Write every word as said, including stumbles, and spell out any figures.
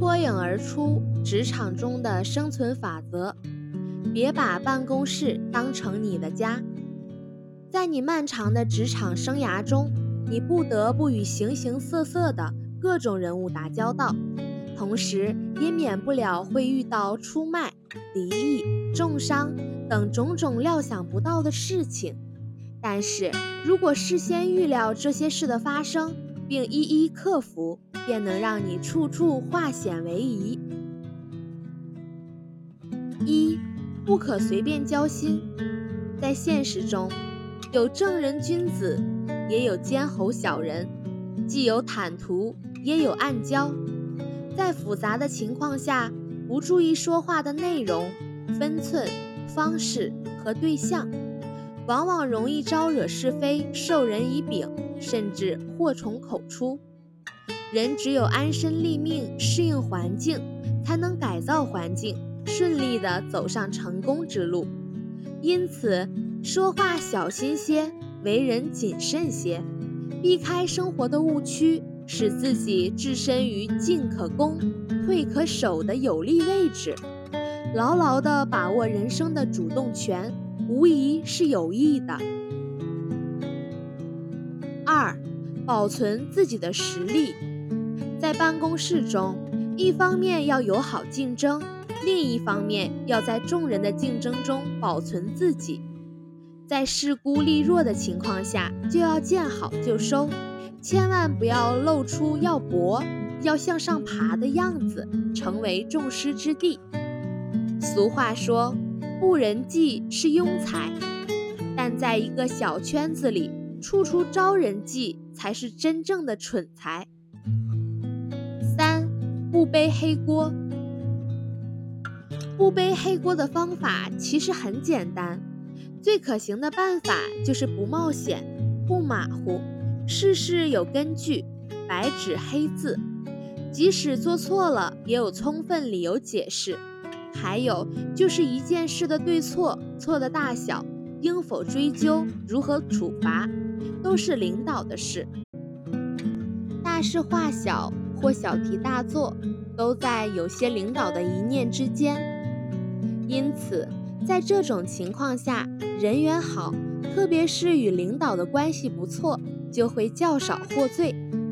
脱颖而出职场中的生存法则：别把办公室当成你的家。在你漫长的职场生涯中，你不得不与形形色色的各种人物打交道，同时也免不了会遇到出卖、敌意、重伤等种种料想不到的事情。但是如果事先预料这些事的发生，并一一克服，便能让你处处化险为夷。一、不可随便交心。在现实中，有正人君子，也有奸猴小人，既有坦途，也有暗交。在复杂的情况下，不注意说话的内容、分寸、方式和对象，往往容易招惹是非，授人以柄，甚至祸从口出。人只有安身立命，适应环境，才能改造环境，顺利地走上成功之路。因此，说话小心些，为人谨慎些，避开生活的误区，使自己置身于进可攻、退可守的有利位置，牢牢地把握人生的主动权，无疑是有益的。二、保存自己的实力。在办公室中，一方面要友好竞争，另一方面要在众人的竞争中保存自己。在势孤力弱的情况下，就要见好就收，千万不要露出要搏、要向上爬的样子，成为众矢之的。俗话说，不人际是庸才，但在一个小圈子里，处处招人忌，才是真正的蠢才。三、不背黑锅。不背黑锅的方法其实很简单，最可行的办法就是不冒险、不马虎，事事有根据，白纸黑字，即使做错了，也有充分理由解释。还有就是一件事的对错、错的大小、应否追究、如何处罚，都是领导的事。大事化小或小题大做，都在有些领导的一念之间。因此，在这种情况下，人缘好，特别是与领导的关系不错，就会较少获罪。